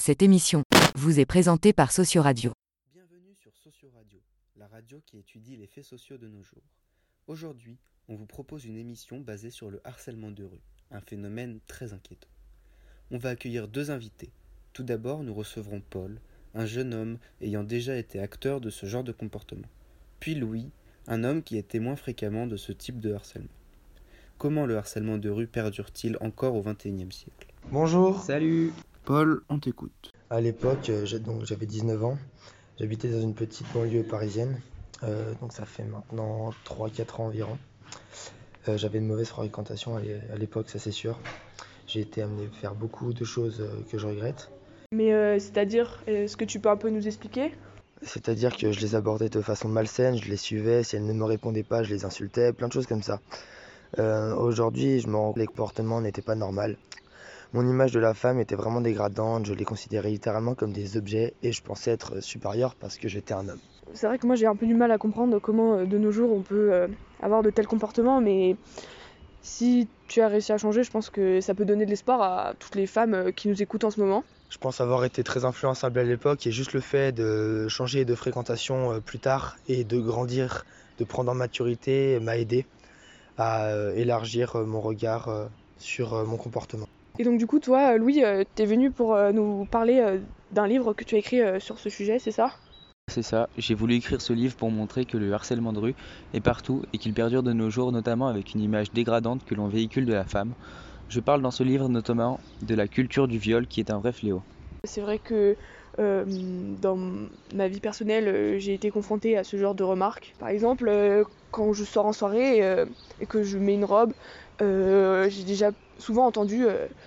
Cette émission vous est présentée par Socio Radio. Bienvenue sur Socio Radio, la radio qui étudie les faits sociaux de nos jours. Aujourd'hui, on vous propose une émission basée sur le harcèlement de rue, un phénomène très inquiétant. On va accueillir deux invités. Tout d'abord, nous recevrons Paul, un jeune homme ayant déjà été acteur de ce genre de comportement. Puis Louis, un homme qui est témoin fréquemment de ce type de harcèlement. Comment le harcèlement de rue perdure-t-il encore au XXIe siècle ? Bonjour. Salut. Paul, on t'écoute. À l'époque, j'avais 19 ans. J'habitais dans une petite banlieue parisienne. Donc ça fait maintenant 3-4 ans environ. J'avais une mauvaise fréquentation à l'époque, ça c'est sûr. J'ai été amené à faire beaucoup de choses que je regrette. Mais c'est-à-dire, est-ce que tu peux un peu nous expliquer ? C'est-à-dire que je les abordais de façon malsaine, je les suivais, si elles ne me répondaient pas, je les insultais, plein de choses comme ça. Aujourd'hui, je me rends compte que les comportements n'étaient pas normaux. Mon image de la femme était vraiment dégradante, je les considérais littéralement comme des objets et je pensais être supérieur parce que j'étais un homme. C'est vrai que moi j'ai un peu du mal à comprendre comment de nos jours on peut avoir de tels comportements, mais si tu as réussi à changer, je pense que ça peut donner de l'espoir à toutes les femmes qui nous écoutent en ce moment. Je pense avoir été très influençable à l'époque et juste le fait de changer de fréquentation plus tard et de grandir, de prendre en maturité m'a aidé à élargir mon regard sur mon comportement. Et donc du coup toi Louis, t'es venu pour nous parler d'un livre que tu as écrit sur ce sujet, c'est ça ? C'est ça, j'ai voulu écrire ce livre pour montrer que le harcèlement de rue est partout et qu'il perdure de nos jours, notamment avec une image dégradante que l'on véhicule de la femme. Je parle dans ce livre notamment de la culture du viol qui est un vrai fléau. C'est vrai que dans ma vie personnelle, j'ai été confrontée à ce genre de remarques. Par exemple, quand je sors en soirée et que je mets une robe, j'ai déjà souvent entendu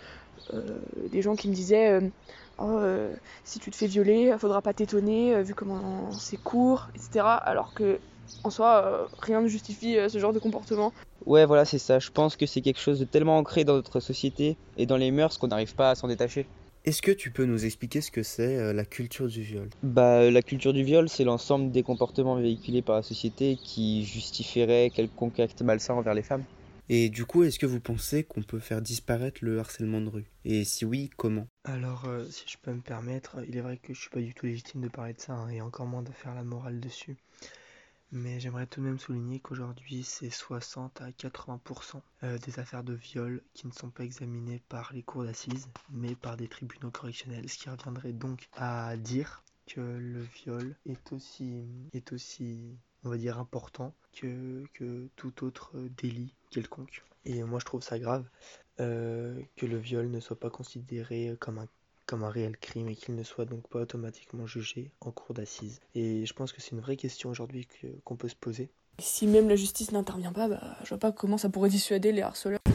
des gens qui me disaient si tu te fais violer, faudra pas t'étonner vu comment c'est court, etc. Alors que en soi, rien ne justifie ce genre de comportement. Ouais, voilà, c'est ça. Je pense que c'est quelque chose de tellement ancré dans notre société et dans les mœurs qu'on n'arrive pas à s'en détacher. Est-ce que tu peux nous expliquer ce que c'est la culture du viol ? La culture du viol, c'est l'ensemble des comportements véhiculés par la société qui justifieraient quelconque acte malsain envers les femmes. Et du coup, est-ce que vous pensez qu'on peut faire disparaître le harcèlement de rue ? Et si oui, comment ? Alors, si je peux me permettre, il est vrai que je suis pas du tout légitime de parler de ça et encore moins de faire la morale dessus. Mais j'aimerais tout de même souligner qu'aujourd'hui, c'est 60 à 80% des affaires de viol qui ne sont pas examinées par les cours d'assises, mais par des tribunaux correctionnels. Ce qui reviendrait donc à dire que le viol est aussi on va dire, important que tout autre délit quelconque. Et moi, je trouve ça grave que le viol ne soit pas considéré comme un réel crime et qu'il ne soit donc pas automatiquement jugé en cour d'assises. Et je pense que c'est une vraie question aujourd'hui qu'on peut se poser. Si même la justice n'intervient pas, je vois pas comment ça pourrait dissuader les harceleurs.